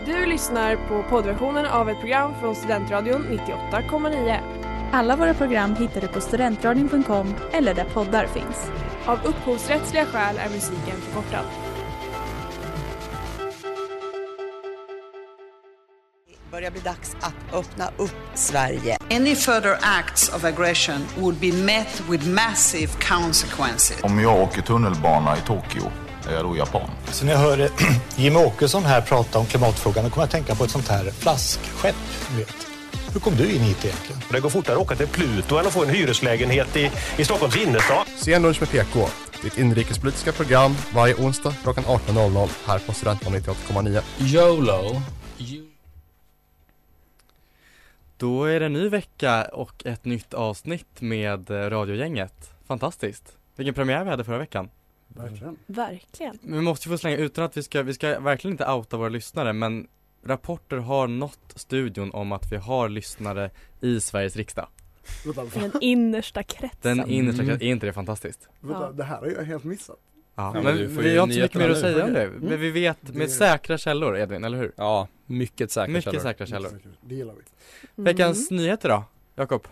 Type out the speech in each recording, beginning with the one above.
Du lyssnar på poddversionen av ett program från Studentradion 98,9. Alla våra program hittar du på studentradion.com eller där poddar finns. Av upphovsrättsliga skäl är musiken förkortad. Det börjar bli dags att öppna upp Sverige. Any further acts of aggression would be met with massive consequences. Om jag åker tunnelbana i Tokyo, är jag då japan? Så när jag hör Jimmie Åkesson här prata om klimatfrågan, då kommer jag tänka på ett sånt här flaskskepp, vet. Hur kom du in hit egentligen? Det går fortare att åka till Pluto än att få en hyreslägenhet i Stockholms innerstad. Sen lunch med PK, ditt inrikespolitiska program varje onsdag klockan 18.00 här på Studentradion 98,9. YOLO. Då är det en ny vecka och ett nytt avsnitt med radiogänget. Fantastiskt. Vilken premiär vi hade förra veckan. Verkligen. Vi måste få slänga utan att vi ska verkligen inte outa våra lyssnare, men rapporter har nått studion om att vi har lyssnare i Sveriges riksdag. Den innersta kretsen. Är inte det fantastiskt? Ja. Det här har jag helt missat. Ja, men vi har inte så mycket mer att säga om det. Men vi vet med säkra källor, Edvin, eller hur? Ja, mycket säkra källor. Det gillar vi. Veckans nyheter då, Jakob?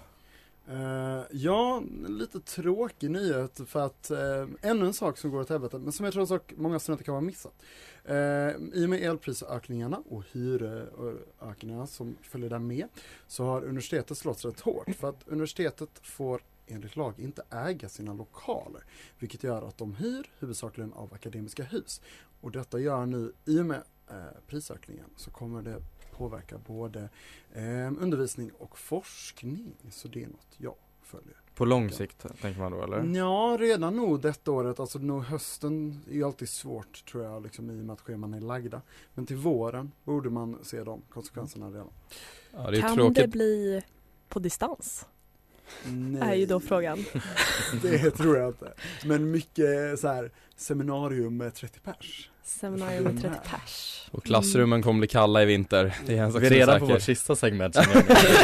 Ja, lite tråkig nyhet för att ännu en sak som går åt helvete, men som jag tror att många studenter kan ha missat. I och med elprisökningarna och hyreökningarna som följer där med, så har universitetet slått rätt hårt, för att universitetet får enligt lag inte äga sina lokaler, vilket gör att de hyr huvudsakligen av akademiska hus. Och detta gör nu, i och med prisökningen, så kommer det påverka både undervisning och forskning. Så det är något jag följer. På lång sikt tänker man då, eller? Ja, redan nog detta året. Alltså nog hösten är ju alltid svårt, tror jag, liksom, i och med att scheman är lagda. Men till våren borde man se de konsekvenserna redan. Ja, det är kan tråkigt. det bli på distans? Nej. Är ju då frågan. Det tror jag inte. Men mycket så här seminarium med 30 pers. Seminarium med 30 pers. Och klassrummen kommer bli kalla i vinter. Det är en sak vi är som redan säker. på vårt sista segment som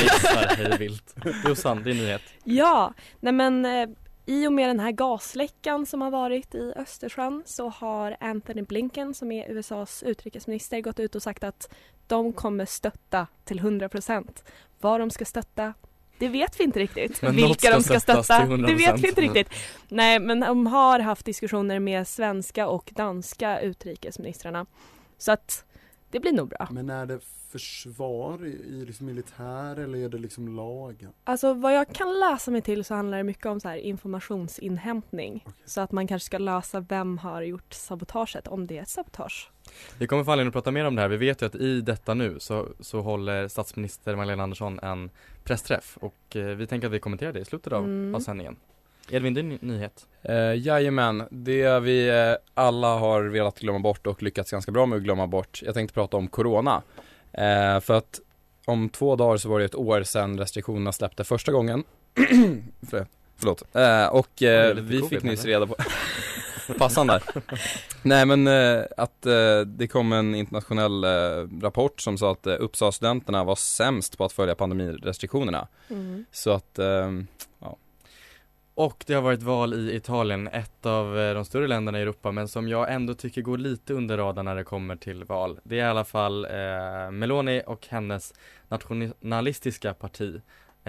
är vilt. Jossan, din nyhet. Ja, nej men i och med den här gasläckan som har varit i Östersjön, så har Anthony Blinken, som är USAs utrikesminister, gått ut och sagt att de kommer stötta till 100%. Vad de ska stötta, det vet vi inte riktigt. Men vilka de ska stötta, det vet vi inte riktigt. Nej, men de har haft diskussioner med svenska och danska utrikesministrarna. Så att det blir nog bra. Men är det försvar i liksom militär, eller är det liksom lagen? Alltså vad jag kan läsa mig till så handlar det mycket om så här informationsinhämtning. Okay. Så att man kanske ska lösa vem har gjort sabotaget, om det är ett sabotage. Vi kommer få anledning att prata mer om det här. Vi vet ju att i detta nu så håller statsminister Magdalena Andersson en pressträff. Och vi tänker att vi kommenterar det i slutet av sändningen. Edvin, din nyhet? Jajamän, det vi alla har velat glömma bort och lyckats ganska bra med att glömma bort. Jag tänkte prata om corona. För att om 2 dagar så var det ett år sedan restriktionerna släppte första gången. Förlåt. Och vi fick nyss reda på passande. Nej, men att det kom en internationell rapport som sa att Uppsala-studenterna var sämst på att följa pandemirestriktionerna. Så att ja. Och det har varit val i Italien, ett av de större länderna i Europa, men som jag ändå tycker går lite under radarn när det kommer till val. Det är i alla fall Meloni och hennes nationalistiska parti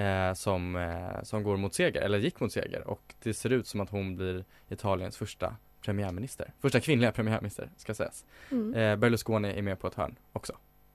som går mot seger, eller gick mot seger. Och det ser ut som att hon blir Italiens första premiärminister. Första kvinnliga premiärminister, ska sägas. Berlusconi är med på ett hörn också.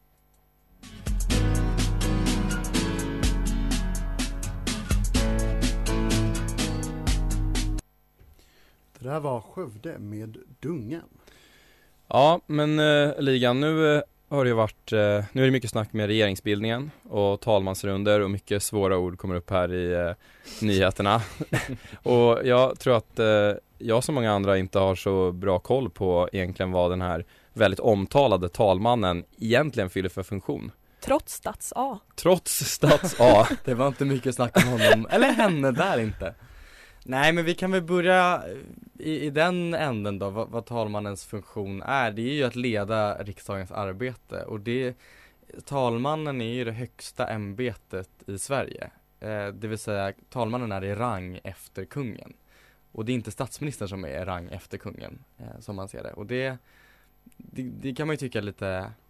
Det där var Skövde med Dungen. Ja, men ligan, nu har det varit, nu är det mycket snack med regeringsbildningen och talmansrunder och mycket svåra ord kommer upp här i nyheterna. Och jag tror att jag som många andra inte har så bra koll på egentligen vad den här väldigt omtalade talmannen egentligen fyller för funktion. Trots Stats A. Trots Stats A. Det var inte mycket snack om honom, eller henne där inte. Nej, men vi kan väl börja i den änden då, vad talmannens funktion är. Det är ju att leda riksdagens arbete, och talmannen är ju det högsta ämbetet i Sverige. Det vill säga, talmannen är i rang efter kungen. Och det är inte statsministern som är i rang efter kungen, som man ser det. Och det kan man ju tycka lite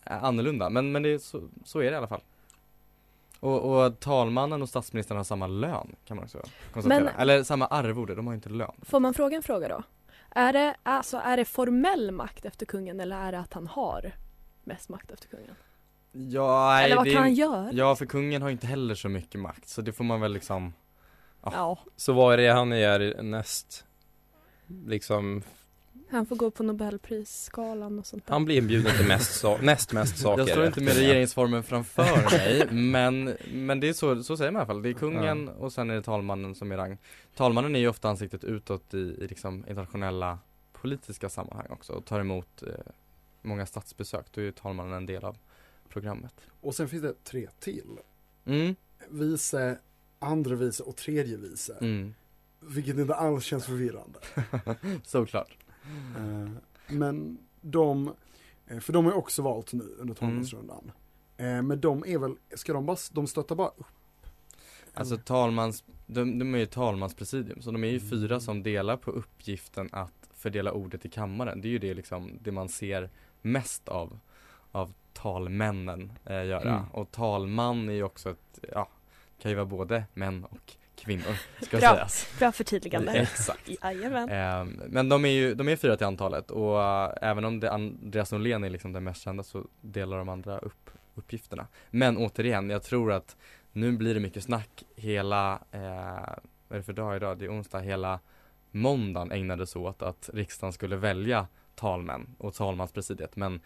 annorlunda. Men det är så är det i alla fall. Och talmannen och statsministern har samma lön, kan man också konstatera. Men, eller samma arvode, de har inte lön. Får man fråga en fråga då? Är det formell makt efter kungen eller är det att han har mest makt efter kungen? Ja, eller vad kan han göra? Ja, för kungen har inte heller så mycket makt, så det får man väl liksom... Ja. Så vad är det han är näst? Liksom... Han får gå på Nobelprisskalan och sånt där. Han blir inbjuden till näst mest saker. Jag står inte med regeringsformen framför mig, men det är så säger man i alla fall. Det är kungen och sen är det talmannen som är rang. Talmannen är ju ofta ansiktet utåt i liksom internationella politiska sammanhang också och tar emot många statsbesök. Då är ju talmannen en del av programmet. Och sen finns det 3 till. Vice, andre vice och tredje vice. Vilket inte alls känns förvirrande. Såklart. Men de är också valt nu under talmansrundan. Men de är väl, de stöttar bara upp? Alltså de är ju talmanspresidium, så de är ju 4 som delar på uppgiften att fördela ordet i kammaren. Det är ju det, liksom, det man ser mest av talmännen göra. Och talman är ju också kan ju vara både män och kvinnor, ska sägas. Bra förtydligande. Exakt. Men de är 4 till antalet och även om Andreas Norlén är liksom den mest kända så delar de andra upp uppgifterna. Men återigen, jag tror att nu blir det mycket snack hela, vad är det för dag idag? Det är onsdag, hela måndagen ägnades åt att riksdagen skulle välja talmän och talmanspresidiet, men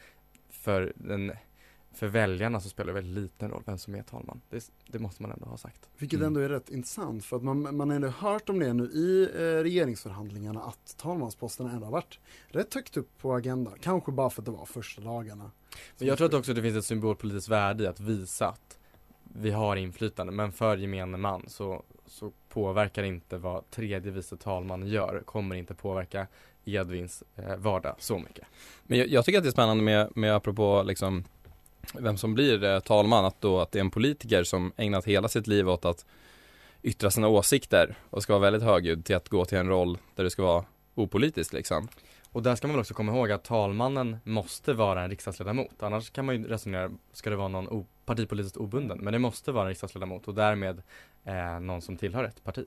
för väljarna så spelar det väldigt liten roll vem som är talman. Det måste man ändå ha sagt. Vilket ändå är rätt intressant, för att man har ändå hört om det nu i regeringsförhandlingarna att talmansposterna ändå har varit rätt högt upp på agendan. Kanske bara för att det var första dagarna. Men jag tror att också det finns ett symbolpolitiskt värde i att visa att vi har inflytande, men för gemene man så påverkar inte vad tredje vice talman gör, kommer inte påverka Edvins vardag så mycket. Men jag tycker att det är spännande med apropå liksom vem som blir talman, att det är en politiker som ägnat hela sitt liv åt att yttra sina åsikter och ska vara väldigt högljudd, till att gå till en roll där det ska vara opolitiskt liksom. Och där ska man väl också komma ihåg att talmannen måste vara en riksdagsledamot. Annars kan man ju resonera, ska det vara någon partipolitiskt obunden? Men det måste vara en riksdagsledamot och därmed någon som tillhör ett parti.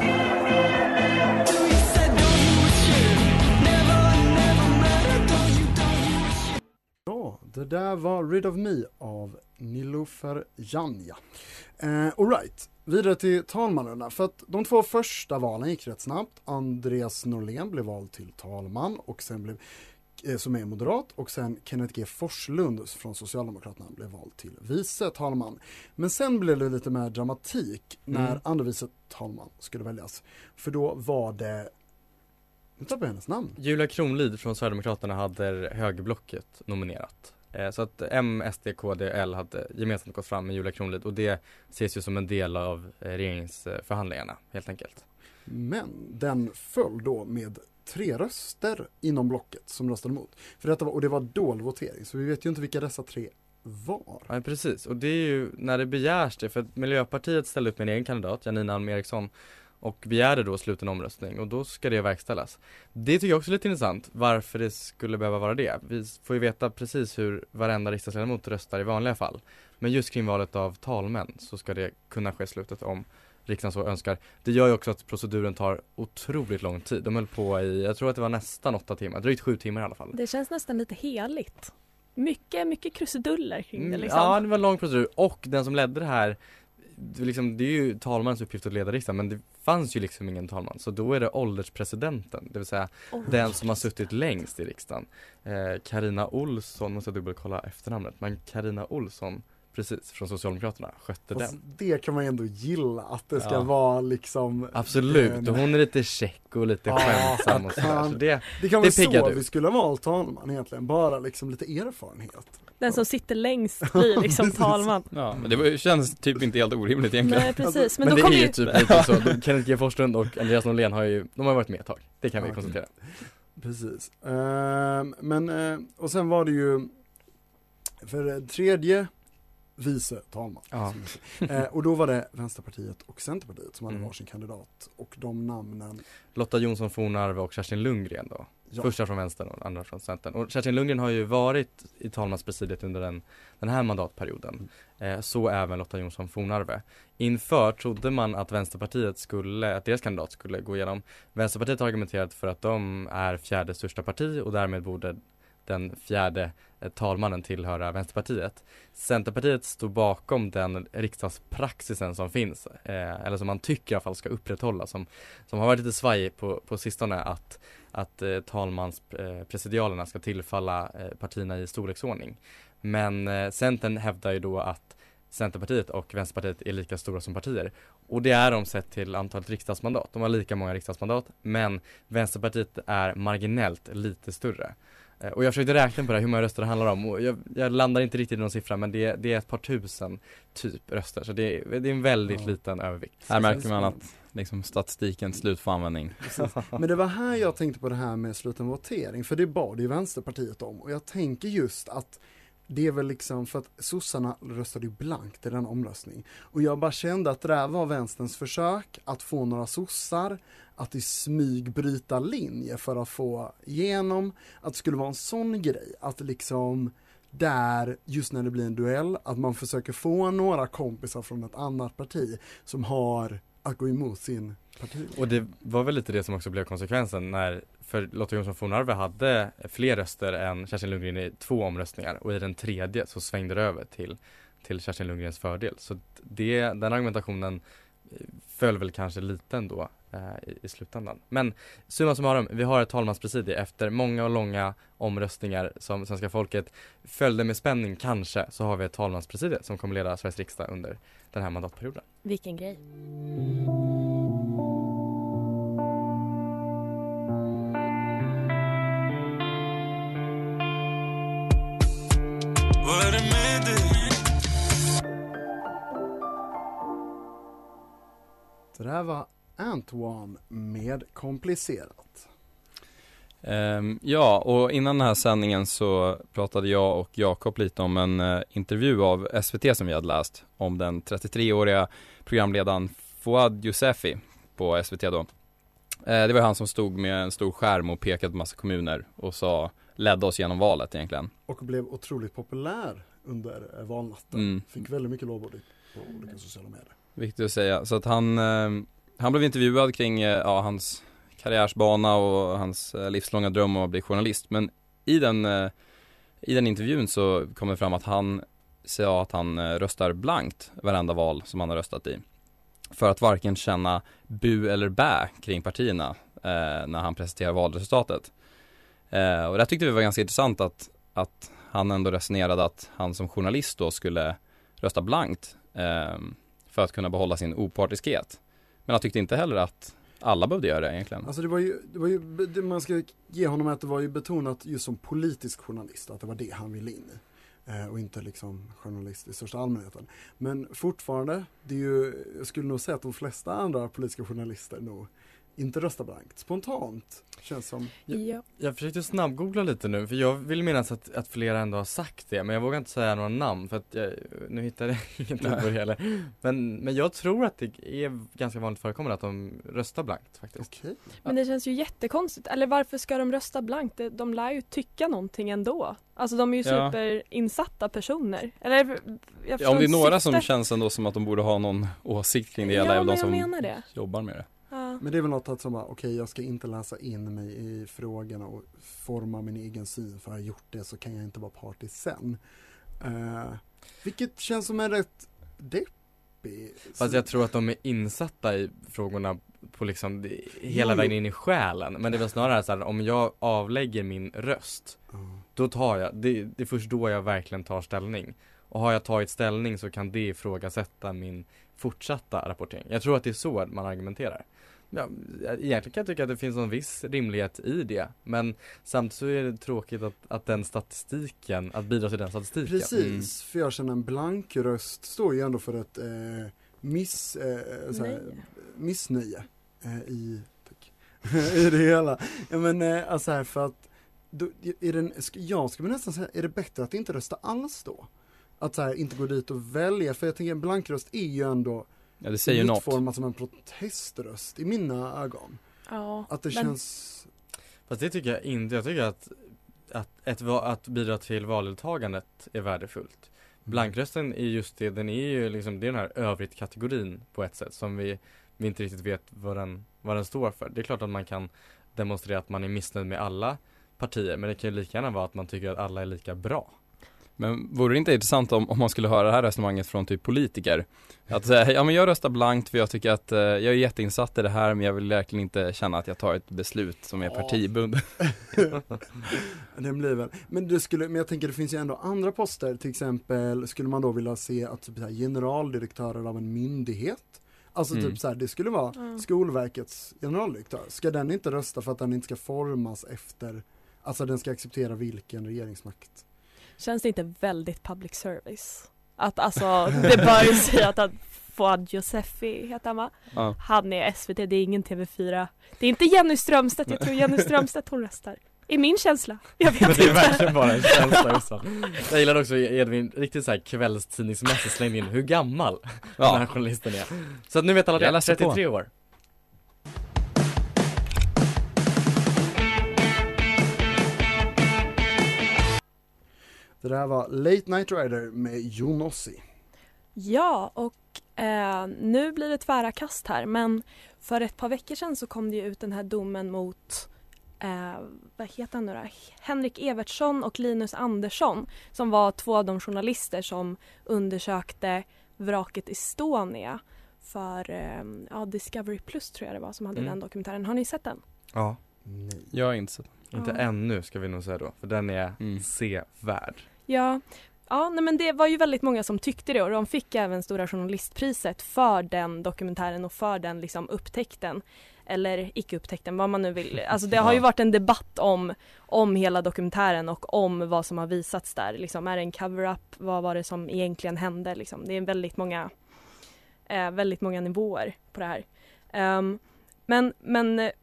Ja, det där var Rid of Me av Nilofer Janja. All right, vidare till talmannen. För att de 2 första valen gick rätt snabbt. Andreas Norlén blev vald till talman och sen blev som är moderat, och sen Kenneth G. Forslund från Socialdemokraterna blev vald till vice talman. Men sen blev det lite mer dramatik när andra vice talman skulle väljas. För då var det, nu tappar jag hennes namn. Julia Kronlid från Sverigedemokraterna hade högerblocket nominerat. Så att M, SD, KD, L hade gemensamt gått fram med Julia Kronlid, och det ses ju som en del av regeringsförhandlingarna helt enkelt. Men den föll då med 3 röster inom blocket som röstade emot. Och det var dålig votering, så vi vet ju inte vilka dessa 3 var. Ja, precis. Och det är ju när det begärs det, för att Miljöpartiet ställde upp med en egen kandidat, Janina Alm Eriksson, och begärde då sluten omröstning, och då ska det verkställas. Det tycker jag också är lite intressant, varför det skulle behöva vara det. Vi får ju veta precis hur varenda riksdagsledamot röstar i vanliga fall. Men just kring valet av talmän så ska det kunna ske slutet om riksdagen så önskar. Det gör ju också att proceduren tar otroligt lång tid. De höll på i, jag tror att det var nästan 8 timmar, drygt 7 timmar i alla fall. Det känns nästan lite heligt. Mycket krusiduller kring det liksom. Ja, det var en lång procedur, och den som ledde det här, det är ju talmannens uppgift att leda riksdagen, men det fanns ju liksom ingen talman, så då är det ålderspresidenten, det vill säga den som har suttit längst i riksdagen. Carina Olsson, måste jag dubbelkolla efternamnet, men Carina Olsson, precis, från Socialdemokraterna, skötte den. Det kan man ändå gilla, att det ska vara liksom... Absolut, och hon är lite check och lite skämtsam och sådär. Så det kan vara så vi skulle ha valt talman egentligen, bara liksom lite erfarenhet. Den som sitter längst blir liksom talman. Ja, men det känns typ inte helt orimligt egentligen. Nej, precis. Men då det är ju typ lite så. Kenneth G. Forslund och Andreas Norlén har varit med ett tag. Det kan vi konstatera. Precis. Och sen var det ju för tredje vice talman. Ja. Och då var det Vänsterpartiet och Centerpartiet som hade varsin kandidat. Och de namnen... Lotta Jonsson Fornarve och Kerstin Lundgren då. Ja. Första från vänstern och andra från centern. Och Kerstin Lundgren har ju varit i talmanspresidiet under den här mandatperioden. Så även Lotta Jonsson Fornarve. Inför trodde man att att deras kandidat skulle gå igenom. Vänsterpartiet har argumenterat för att de är fjärde största parti och därmed borde den fjärde talmannen tillhöra Vänsterpartiet. Centerpartiet står bakom den riksdagspraxisen som finns, eller som man tycker i alla fall ska upprätthållas, som har varit lite svajig på sistone, att talmanspresidialerna ska tillfalla partierna i storleksordning. Men Centern hävdar ju då att Centerpartiet och Vänsterpartiet är lika stora som partier. Och det är de sett till antalet riksdagsmandat. De har lika många riksdagsmandat, men Vänsterpartiet är marginellt lite större. Och jag försökte räkna på det, hur många röster det handlar om. Och jag landar inte riktigt i någon siffra, men det är ett par tusen typ röster. Så det är en väldigt liten övervikt. Här märker man att liksom statistikens slut får användning. Men det var här jag tänkte på det här med sluten votering. För det bad ju Vänsterpartiet om. Och jag tänker just att det är väl liksom för att sossarna röstade ju blankt i den omröstning. Och jag bara kände att det där var vänsterns försök att få några sossar att i smyg bryta linje för att få igenom att det skulle vara en sån grej. Att liksom där, just när det blir en duell, att man försöker få några kompisar från ett annat parti som har att gå emot sin parti. Och det var väl lite det som också blev konsekvensen för Lotta Jonsson Fornarve hade fler röster än Kerstin Lundgren i 2 omröstningar, och i den tredje så svängde det över till Kerstin Lundgrens fördel. Så den argumentationen föll väl kanske lite ändå i slutändan. Men summa summarum, vi har ett talmanspresidie efter många och långa omröstningar som svenska folket följde med spänning. Kanske så har vi ett talmanspresidie som kommer leda Sveriges riksdag under den här mandatperioden. Vilken grej. Vad är det med dig? Det där var Antoine med Komplicerat. Ja, och innan den här sändningen så pratade jag och Jakob lite om en intervju av SVT som vi hade läst om den 33-åriga programledaren Fouad Yousefi på SVT då. Det var han som stod med en stor skärm och pekade på massa kommuner och ledde oss genom valet egentligen. Och blev otroligt populär under valnatten. Fick väldigt mycket lovord på olika sociala medier. Viktigt att säga. Så att han blev intervjuad kring hans karriärsbana och hans livslånga dröm om att bli journalist. Men i den intervjun så kom det fram att han sa att han röstar blankt varenda val som han har röstat i. För att varken känna bu eller bä kring partierna när han presenterar valresultatet. Och det tyckte vi var ganska intressant att han ändå resonerade att han som journalist då skulle rösta blankt för att kunna behålla sin opartiskhet. Men jag tyckte inte heller att alla behövde göra det egentligen. Alltså det var ju man ska ge honom att det var ju betonat just som politisk journalist, att det var det han ville in i. Och inte liksom journalist i största allmänheten. Men fortfarande, jag skulle nog säga att de flesta andra politiska journalister nog inte rösta blankt. Spontant känns som... Jag försökte snabbgoogla lite nu, för jag vill minnas att flera ändå har sagt det, men jag vågar inte säga några namn för att nu hittar jag inget på det heller. Men jag tror att det är ganska vanligt förekommande att de röstar blankt faktiskt. Okay. Men det känns ju jättekonstigt. Eller varför ska de rösta blankt? De lär ju tycka någonting ändå. Alltså de är ju superinsatta personer. Eller, om det är några som känns ändå som att de borde ha någon åsikt kring det hela, är de som jobbar med det. Ja. Men det är väl något att som bara, okej, jag ska inte läsa in mig i frågorna och forma min egen syn, för har jag gjort det så kan jag inte vara part i sen. Vilket känns som en rätt deppig. Fast jag tror att de är insatta i frågorna på liksom hela vägen in i själen. Men det är väl snarare så här, om jag avlägger min röst, då tar jag, det är först då jag verkligen tar ställning. Och har jag tagit ställning så kan det ifrågasätta min fortsatta rapportering. Jag tror att det är så man argumenterar. Ja, egentligen kan jag tycka att det finns en viss rimlighet i det. Men samtidigt så är det tråkigt att den statistiken, att bidra till den statistiken. Precis, för jag känner en blank röst står ju ändå för ett missnöje i det hela. Ja, men alltså här, för att då, jag skulle nästan säga, är det bättre att inte rösta alls då? Att så här, inte gå dit och välja, för jag tänker en blankröst är ju ändå det säger något. Utformat som en proteströst i mina ögon. Ja, att det känns... Fast det tycker jag inte. Jag tycker att bidra till valdeltagandet är värdefullt. Blankrösten är just det, den är ju liksom, det är den här övrigt kategorin på ett sätt som vi inte riktigt vet vad den står för. Det är klart att man kan demonstrera att man är missnöjd med alla partier, men det kan ju lika gärna vara att man tycker att alla är lika bra. Men vore det inte intressant om man skulle höra det här resonemanget från typ politiker? Att säga, ja men jag röstar blankt för jag tycker att jag är jätteinsatt i det här, men jag vill verkligen inte känna att jag tar ett beslut som är partibundet. Det blir väl. Men jag tänker det finns ju ändå andra poster, till exempel skulle man då vilja se att typ så här, generaldirektörer av en myndighet, alltså typ så här, det skulle vara Skolverkets generaldirektör. Ska den inte rösta för att den inte ska formas efter, alltså den ska acceptera vilken regeringsmakt? Känns det inte väldigt public service? Att alltså, det bör ju säga att Fuad Josefi heter han, va? Ja. Han är SVT, det är ingen TV4. Det är inte Jenny Strömstedt, jag tror Jenny Strömstedt hon röstar. Är min känsla. Jag vet men det är inte. verkligen bara en känsla också. Jag gillar också Edvin riktigt så här kvällstidningsmässigt slängde in hur gammal den här journalisten är. Så att nu vet alla det, 33 år. Det där var Late Night Rider med Jonossi. Ja, och nu blir det tvära kast här. Men för ett par veckor sedan så kom det ju ut den här domen mot vad heter han nu då? Henrik Evertsson och Linus Andersson, som var 2 av de journalister som undersökte vraket Estonia för Discovery Plus tror jag det var som hade den dokumentären. Har ni sett den? Ja. Nej. Jag har inte sett. Inte ännu ska vi nog säga då, för den är sevärd. Ja, nej, men det var ju väldigt många som tyckte det, och de fick även Stora journalistpriset för den dokumentären och för den liksom upptäckten. Eller icke-upptäckten, vad man nu vill. Alltså det har ju varit en debatt om hela dokumentären och om vad som har visats där. Liksom, är det en cover-up? Vad var det som egentligen hände? Liksom. Det är väldigt många nivåer på det här. Men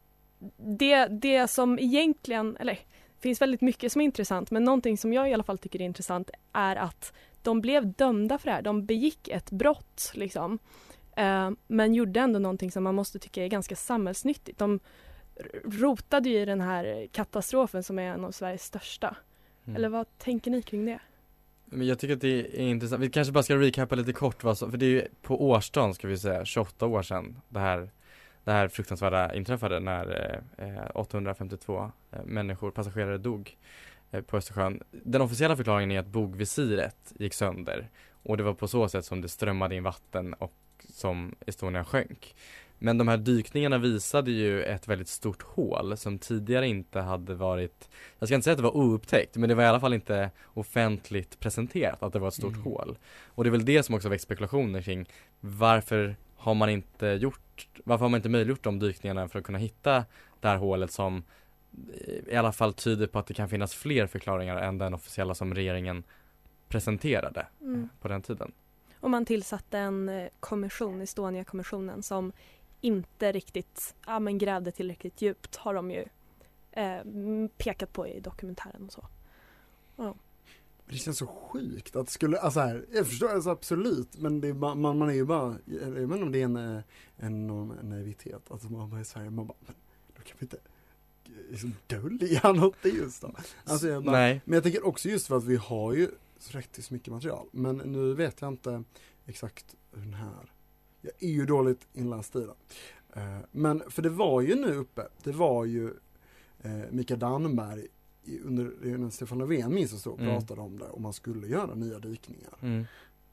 det som egentligen, eller finns väldigt mycket som är intressant, men någonting som jag i alla fall tycker är intressant är att de blev dömda för det här. De begick ett brott liksom. Men gjorde ändå någonting som man måste tycka är ganska samhällsnyttigt. De rotade ju i den här katastrofen som är en av Sveriges största. Eller vad tänker ni kring det? Men jag tycker att det är intressant. Vi kanske bara ska recapa lite kort för det är ju på årsdagen ska vi säga 28 år sedan det här fruktansvärda inträffade när 852 passagerare dog på Östersjön. Den officiella förklaringen är att bogvisiret gick sönder och det var på så sätt som det strömmade in vatten och som Estonia sjönk. Men de här dykningarna visade ju ett väldigt stort hål som tidigare inte hade varit, jag ska inte säga att det var oupptäckt, men det var i alla fall inte offentligt presenterat att det var ett stort hål. Och det är väl det som också väckt spekulationer kring varför har man inte möjliggjort de dykningarna för att kunna hitta det här hålet som i alla fall tyder på att det kan finnas fler förklaringar än den officiella som regeringen presenterade på den tiden. Och man tillsatte en kommission, Estonia-kommissionen, som inte riktigt grävde tillräckligt djupt, har de ju pekat på i dokumentären och så. Ja. Det känns så sjukt att skulle, alltså här, jag förstår alltså absolut, men det är man är ju bara, jag vet inte om det är en naivitet, alltså man bara i Sverige, man bara, men då kan vi inte liksom dölja något just då. Alltså Nej. Men jag tänker också just för att vi har ju rätt så mycket material, men nu vet jag inte exakt hur den här, jag är ju dåligt inläst i den. Men för det var ju nu uppe, det var ju Mikael Damberg under Stefan Löfven minns så pratade om det, om man skulle göra nya dykningar.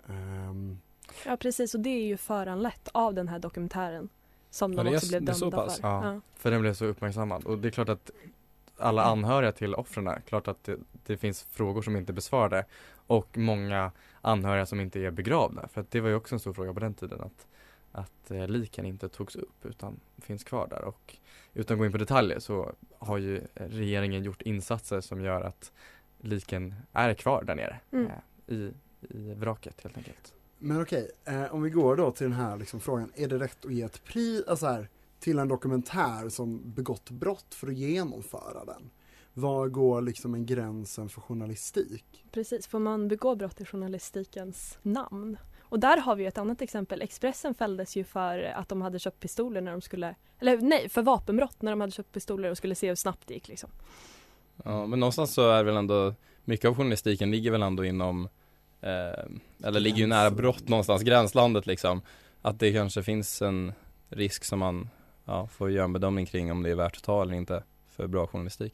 Ja precis, och det är ju föranlett av den här dokumentären som de också blev dömda för. Ja, för den blev så uppmärksammad, och det är klart att alla anhöriga till offren, klart att det finns frågor som inte besvarade och många anhöriga som inte är begravda, för att det var ju också en stor fråga på den tiden att liken inte togs upp utan finns kvar där, och utan att gå in på detaljer så har ju regeringen gjort insatser som gör att liken är kvar där nere i vraket helt enkelt. Men okej, om vi går då till den här liksom frågan, är det rätt att ge ett pris till en dokumentär som begått brott för att genomföra den? var går liksom en gränsen för journalistik? Precis, får man begå brott i journalistikens namn? Och där har vi ju ett annat exempel. Expressen fälldes ju för att de hade köpt pistoler när de skulle, eller nej, för vapenbrott när de hade köpt pistoler och skulle se hur snabbt det gick liksom. Ja, men någonstans så är väl ändå, mycket av journalistiken ligger väl ändå inom, eller ligger ju nära brott någonstans, gränslandet liksom. Att det kanske finns en risk som man får göra en bedömning kring om det är värt att ta eller inte för bra journalistik.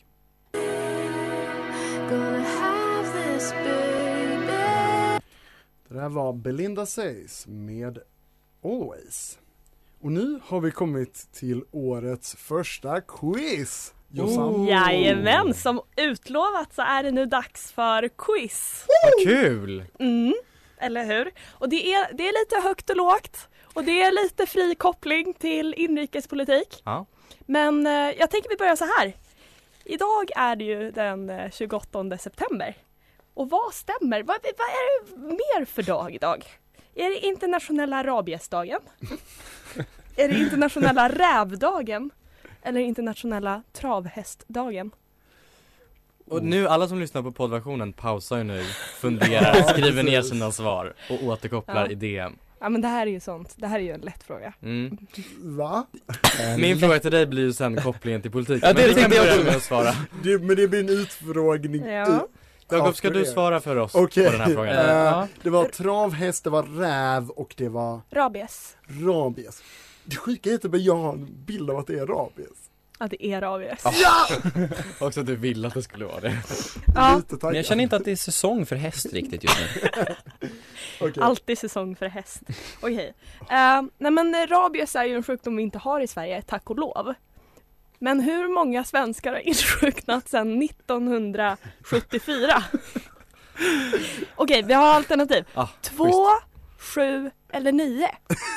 Det där var Belinda Says med Always. Och nu har vi kommit till årets första quiz. Jajamän, som utlovat så är det nu dags för quiz. Vad kul! Eller hur? Och det är lite högt och lågt. Och det är lite fri koppling till inrikespolitik. Ja. Men jag tänker vi börjar så här. Idag är det ju den 28 september. Och vad stämmer? Vad är det mer för dag idag? Är det internationella rabiesdagen? Är det internationella rävdagen? Eller internationella travhästdagen? Och nu, alla som lyssnar på poddversionen pausar ju nu, funderar, skriver ner sina svar och återkopplar i DM. Ja, men det här är ju sånt. Det här är ju en lätt fråga. Va? Min fråga till dig blir ju sen kopplingen till politik. Ja, det kan börja med att svara. Men det blir en utfrågning. Ja. Jakob, ska du svara för oss på den här frågan? Det var travhäst, det var räv och det var rabies. Det sjuka heter bara jag har en bild av att det är rabies. Ja, det är rabies. Ja! Också att du ville att det skulle vara det. Ja. Men jag känner inte att det är säsong för häst riktigt just nu. Okay. Alltid säsong för häst. Okej. Nej, men rabies är ju en sjukdom vi inte har i Sverige, tack och lov. Men hur många svenskar har insjuknat sedan 1974? Okej, vi har alternativ. 2, 7 eller 9.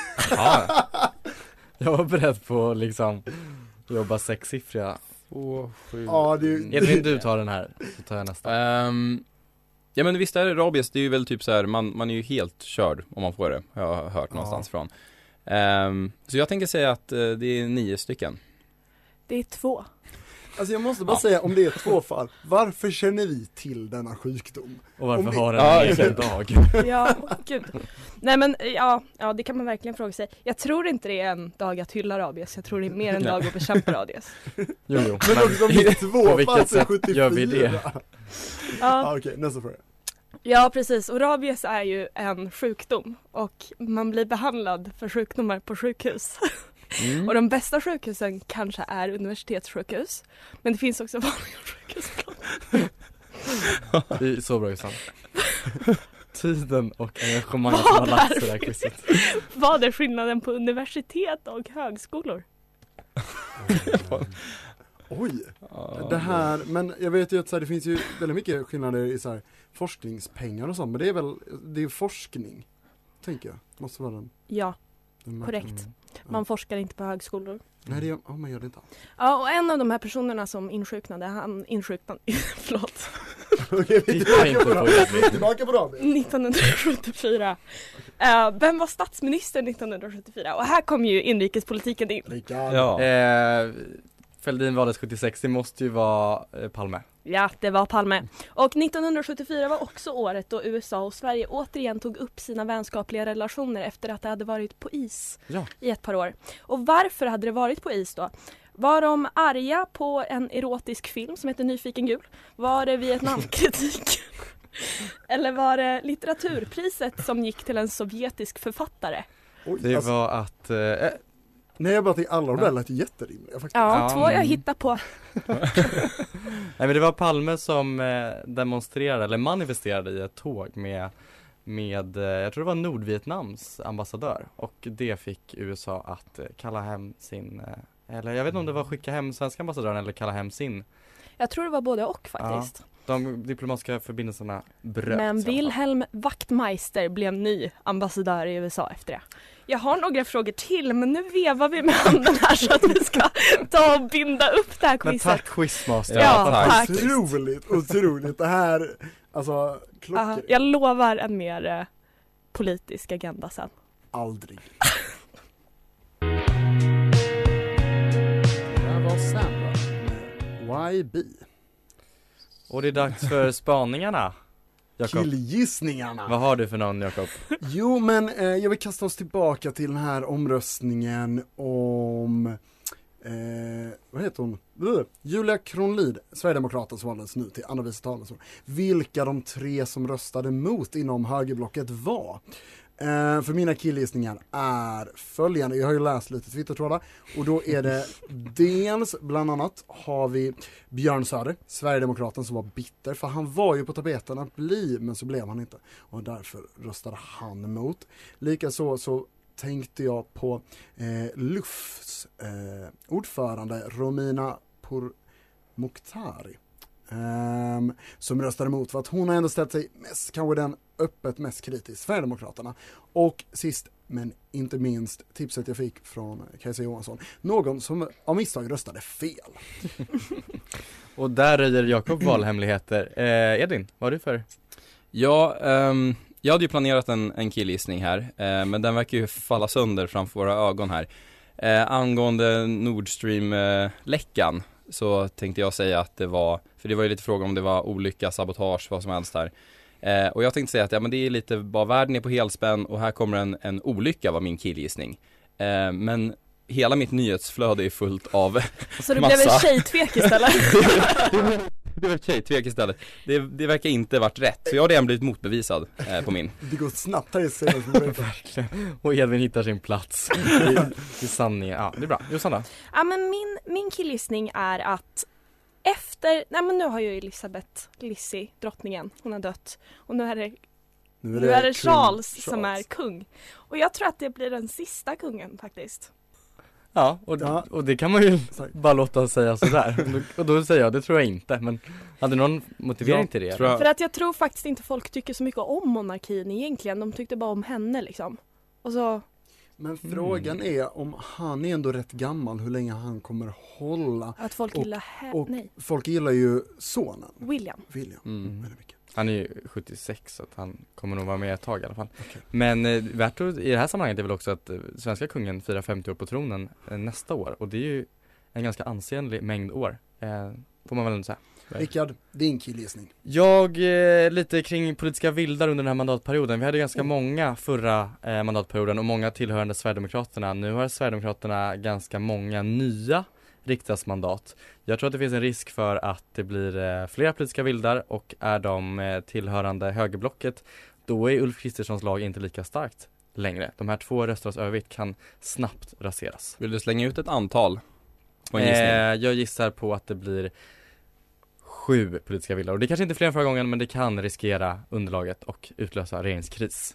Jag var beredd på liksom jobba 6-siffriga. 2, 7. Edvin, du tar den här, så tar jag nästa. Ja, men visst är det rabies, det är ju väl typ så här, man är ju helt körd om man får det. Jag har hört någonstans från. Så jag tänker säga att det är 9 stycken. Det är 2. Alltså jag måste bara säga, om det är 2 fall, varför känner vi till denna sjukdom? Och varför har den en egen dag? Ja, gud. Nej, men ja, det kan man verkligen fråga sig. Jag tror inte det är en dag att hylla rabies. Jag tror det är mer en dag att bekämpa rabies. Jo. Men också om det är 2 på vilket sätt 74. Gör vi det? Okej, nästa fråga. Ja, precis. Och rabies är ju en sjukdom. Och man blir behandlad för sjukdomar på sjukhus. Och de bästa sjukhusen kanske är universitetssjukhus. Men det finns också vanliga sjukhus. Det är så bra, Jossan. Tiden och engagemanget som har lagt för det här quizet. Vad är skillnaden på universitet och högskolor? Oj, det här, men jag vet ju att så här, det finns ju väldigt mycket skillnader i så här, forskningspengar och sånt. Men det är forskning, tänker jag. Måste vara den. Ja, korrekt. Man forskar inte på högskolor. Nej, man gör det inte. Ja, och en av de här personerna som insjuknade, han insjuknade, förlåt. Okej, vi är tillbaka på rabies. 1974. Vem var statsminister 1974? Och här kom ju inrikespolitiken in. Ja. Fälldin valdes 76, det måste ju vara Palme. Ja, det var Palme. Och 1974 var också året då USA och Sverige återigen tog upp sina vänskapliga relationer efter att det hade varit på is i ett par år. Och varför hade det varit på is då? Var de arga på en erotisk film som heter Nyfiken gul? Var det Vietnamkritik? Eller var det litteraturpriset som gick till en sovjetisk författare? Det var att... Nej, jag bara tänkte alla de där lät jätterimliga faktiskt. Ja, 2 jag hittar på. Nej, men det var Palme som demonstrerade eller manifesterade i ett tåg med jag tror det var Nordvietnams ambassadör. Och det fick USA att kalla hem sin, eller jag vet inte om det var skicka hem svenska ambassadören eller kalla hem sin. Jag tror det var både och faktiskt. Ja, de diplomatiska förbindelserna bröts. Men Wilhelm Wachtmeister blev ny ambassadör i USA efter det. Jag har några frågor till, men nu vevar vi med handen här så att vi ska ta och binda upp det här quizet. Men tack quizmaster. Ja, tack. Otroligt. Det här, alltså, klockor. Jag lovar en mer politisk agenda sen. Aldrig. Det här var Sandra med YB. Och det är dags för spaningarna. Jakob, Killgissningarna. vad har du för någon, Jakob? Jo, men jag vill kasta oss tillbaka till den här omröstningen om vad heter hon? Julia Kronlid, Sverigedemokraten, som valdes nu till andra vice talman. Vilka de 3 som röstade mot inom högerblocket var. För mina killgissningar är följande. Jag har ju läst lite Twittertrådar och då är det dels bland annat har vi Björn Söder, Sverigedemokraten, som var bitter, för han var ju på tapeten att bli, men så blev han inte och därför röstade han emot. Likaså så tänkte jag på LUFs ordförande Romina Pourmokhtari som röstade emot, för att hon har ändå ställt sig mest, kanske den öppet mest kritisk, Sverigedemokraterna. Och sist men inte minst tipset jag fick från Kajsa Johansson, någon som av misstag röstade fel. Och där röjer Jakob valhemligheter. Edvin, vad är du för? Ja, jag hade ju planerat en killgissning här, men den verkar ju falla sönder framför våra ögon här. Angående Nord Stream-läckan så tänkte jag säga att det var, för det var ju lite fråga om det var olycka, sabotage, vad som helst där. Och jag tänkte säga att men det är lite, bara världen är på helspänn och här kommer en olycka, var min killgissning. Men hela mitt nyhetsflöde är fullt av så det blev en tjejtvek istället. Det var tjejtvek istället. Det verkar inte varit rätt. Så jag har redan blivit motbevisad på min. Det går snabbt här i serien. Verkligen. Och Edvin hittar sin plats i sanningen. Ja, det är bra. Josanna? Ja, men min killgissning är att nu har ju Elisabeth Lissi, drottningen, hon har dött. Och nu är det Charles som är kung. Och jag tror att det blir den sista kungen faktiskt. Ja, och det kan man ju bara låta säga sådär. Och då säger jag, det tror jag inte. Men hade någon motivering till det? För att jag tror faktiskt inte folk tycker så mycket om monarkin egentligen. De tyckte bara om henne liksom. Och så... Men frågan är om han är ändå rätt gammal, hur länge han kommer hålla. Att folk gillar nej. Folk gillar ju sonen. William. Väldigt mycket. Han är ju 76 så att han kommer nog vara med ett tag i alla fall. Okay. Men värt i det här sammanhanget är väl också att svenska kungen firar 50 år på tronen nästa år. Och det är ju en ganska ansenlig mängd år, får man väl ändå säga. Rickard, din killgissning. Jag lite kring politiska vildar under den här mandatperioden. Vi hade ganska många förra mandatperioden och många tillhörande Sverigedemokraterna. Nu har Sverigedemokraterna ganska många nya riksdagsmandat. Jag tror att det finns en risk för att det blir flera politiska vildar, och är de tillhörande högerblocket, då är Ulf Kristerssons lag inte lika starkt längre. De här 2 rösternas övervikt kan snabbt raseras. Vill du slänga ut ett antal? Jag gissar på att det blir 7 politiska vildar. Och det är kanske inte fler än förra gången, men det kan riskera underlaget och utlösa regeringskris.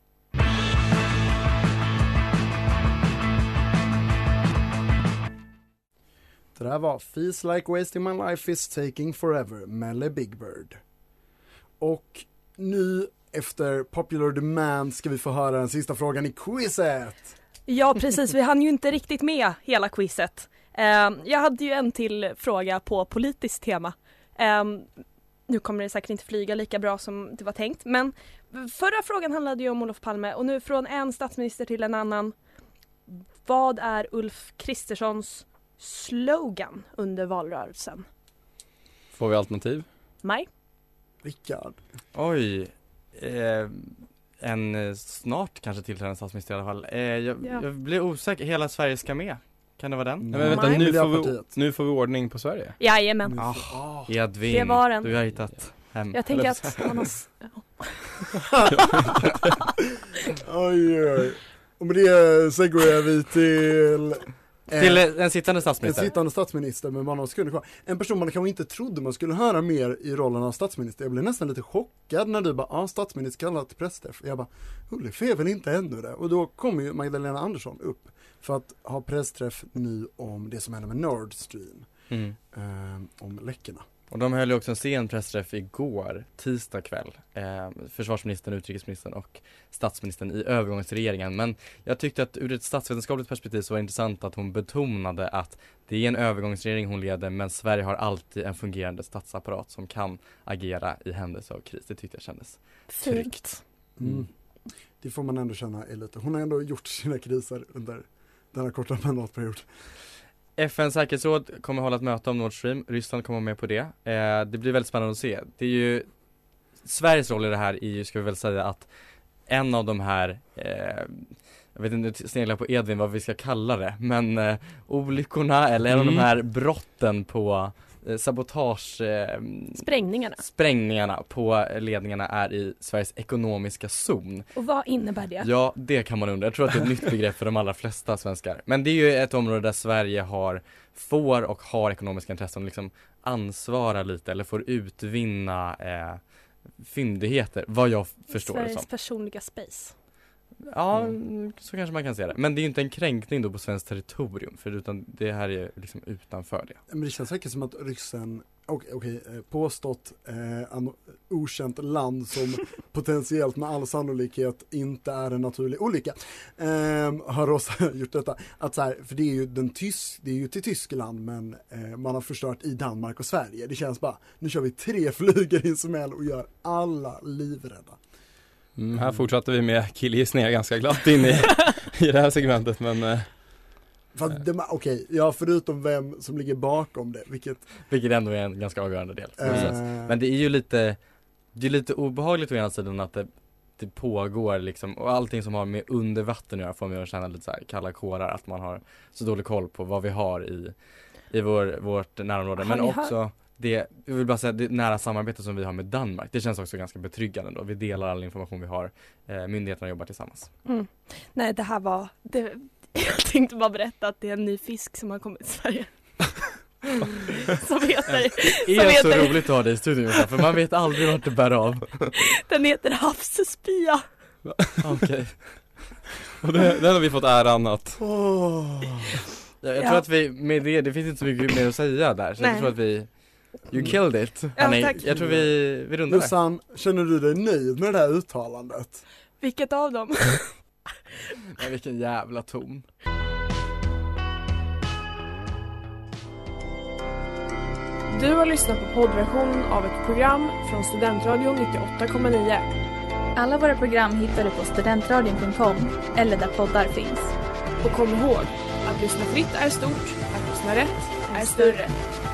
Det där var Feels Like Wasting My Life Is Taking Forever, Melle Big Bird. Och nu efter popular demand ska vi få höra den sista frågan i quizet. Ja, precis. Vi hann ju inte riktigt med hela quizet. Jag hade ju en till fråga på politiskt tema. Nu kommer det säkert inte flyga lika bra som det var tänkt. Men förra frågan handlade ju om Olof Palme. Och nu från en statsminister till en annan. Vad är Ulf Kristerssons slogan under valrörelsen? Får vi alternativ? Nej. Rickard. Oj. En snart kanske tillträdande statsminister i alla fall. Jag blir osäker. Hela Sverige ska med. Kan det vara den? Nej, men vänta, nu får vi ordning på Sverige. Jajamän. Edvin, det var den. Du har hittat hem. Jag tänker att man har... Oj. Och med det segwayar vi till en sittande statsminister. En sittande statsminister med bara några sekunder kvar. En person man kanske inte trodde man skulle höra mer i rollen av statsminister. Jag blev nästan lite chockad när du bara, statsminister kallat till pressträff. Jag bara, Ulf är väl inte ännu det. Och då kom ju Magdalena Andersson upp för att ha pressträff nu om det som händer med Nord Stream. Om läckorna. Och de höll ju också en sen pressträff igår, tisdag kväll. Försvarsministern, utrikesministern och statsministern i övergångsregeringen. Men jag tyckte att ur ett statsvetenskapligt perspektiv så var det intressant att hon betonade att det är en övergångsregering hon leder, men Sverige har alltid en fungerande statsapparat som kan agera i händelse av kris. Det tyckte jag kändes tryggt. Det får man ändå känna är lite. Hon har ändå gjort sina kriser under denna korta mandatperiod. FN:s säkerhetsråd kommer hålla ett möte om Nord Stream. Ryssland kommer med på det. Det blir väldigt spännande att se. Det är ju Sveriges roll i det här är ju, ska vi väl säga, att en av de här jag vet inte, sneglar på Edvin vad vi ska kalla det, men olyckorna eller en av de här brotten på sabotage sprängningarna på ledningarna är i Sveriges ekonomiska zon. Och vad innebär det? Ja, det kan man undra. Jag tror att det är ett nytt begrepp för de allra flesta svenskar. Men det är ju ett område där Sverige får och har ekonomiska intressen, liksom ansvara lite eller får utvinna fyndigheter, vad jag förstår det som. Sveriges personliga space. Ja, så kanske man kan säga det. Men det är ju inte en kränkning då på svenskt territorium, för utan det här är liksom utanför det. Men det känns säkert som att ryssen påstått okänt land som potentiellt med all sannolikhet inte är en naturlig olycka har också gjort detta. Att så här, för det är ju det är ju till Tyskland, men man har förstört i Danmark och Sverige. Det känns bara, nu kör vi 3 flugor i en smäll och gör alla livrädda. Här fortsatte vi med killgissningar ganska glatt in i det här segmentet, men förutom vem som ligger bakom det, vilket ändå är en ganska avgörande del. Men det är ju lite obehagligt å ena sidan att det pågår liksom, och allting som har med under vatten att göra får mig att känna lite så här kalla kårar, att man har så dålig koll på vad vi har i vårt närområde. Men också jag vill bara säga, det nära samarbete som vi har med Danmark, det känns också ganska betryggande då. Vi delar all information vi har, myndigheterna jobbar tillsammans. Nej, det här var jag tänkte bara berätta att det är en ny fisk som har kommit till Sverige. Som heter, det är så roligt att ha det i studion, för man vet aldrig vart det bär av. Den heter havsspya. Okej. Och den har vi fått äran att jag tror att vi med det finns inte så mycket mer att säga där. Så jag tror att you killed it. Jag tror vi rundar. Jossan, känner du dig nöjd med det här uttalandet? Vilket av dem? Ja, vilken jävla ton. Du har lyssnat på poddversion av ett program från Studentradion 98,9. Alla våra program hittar du på studentradion.com eller där poddar finns. Och kom ihåg, att lyssna fritt är stort, att lyssna rätt är större.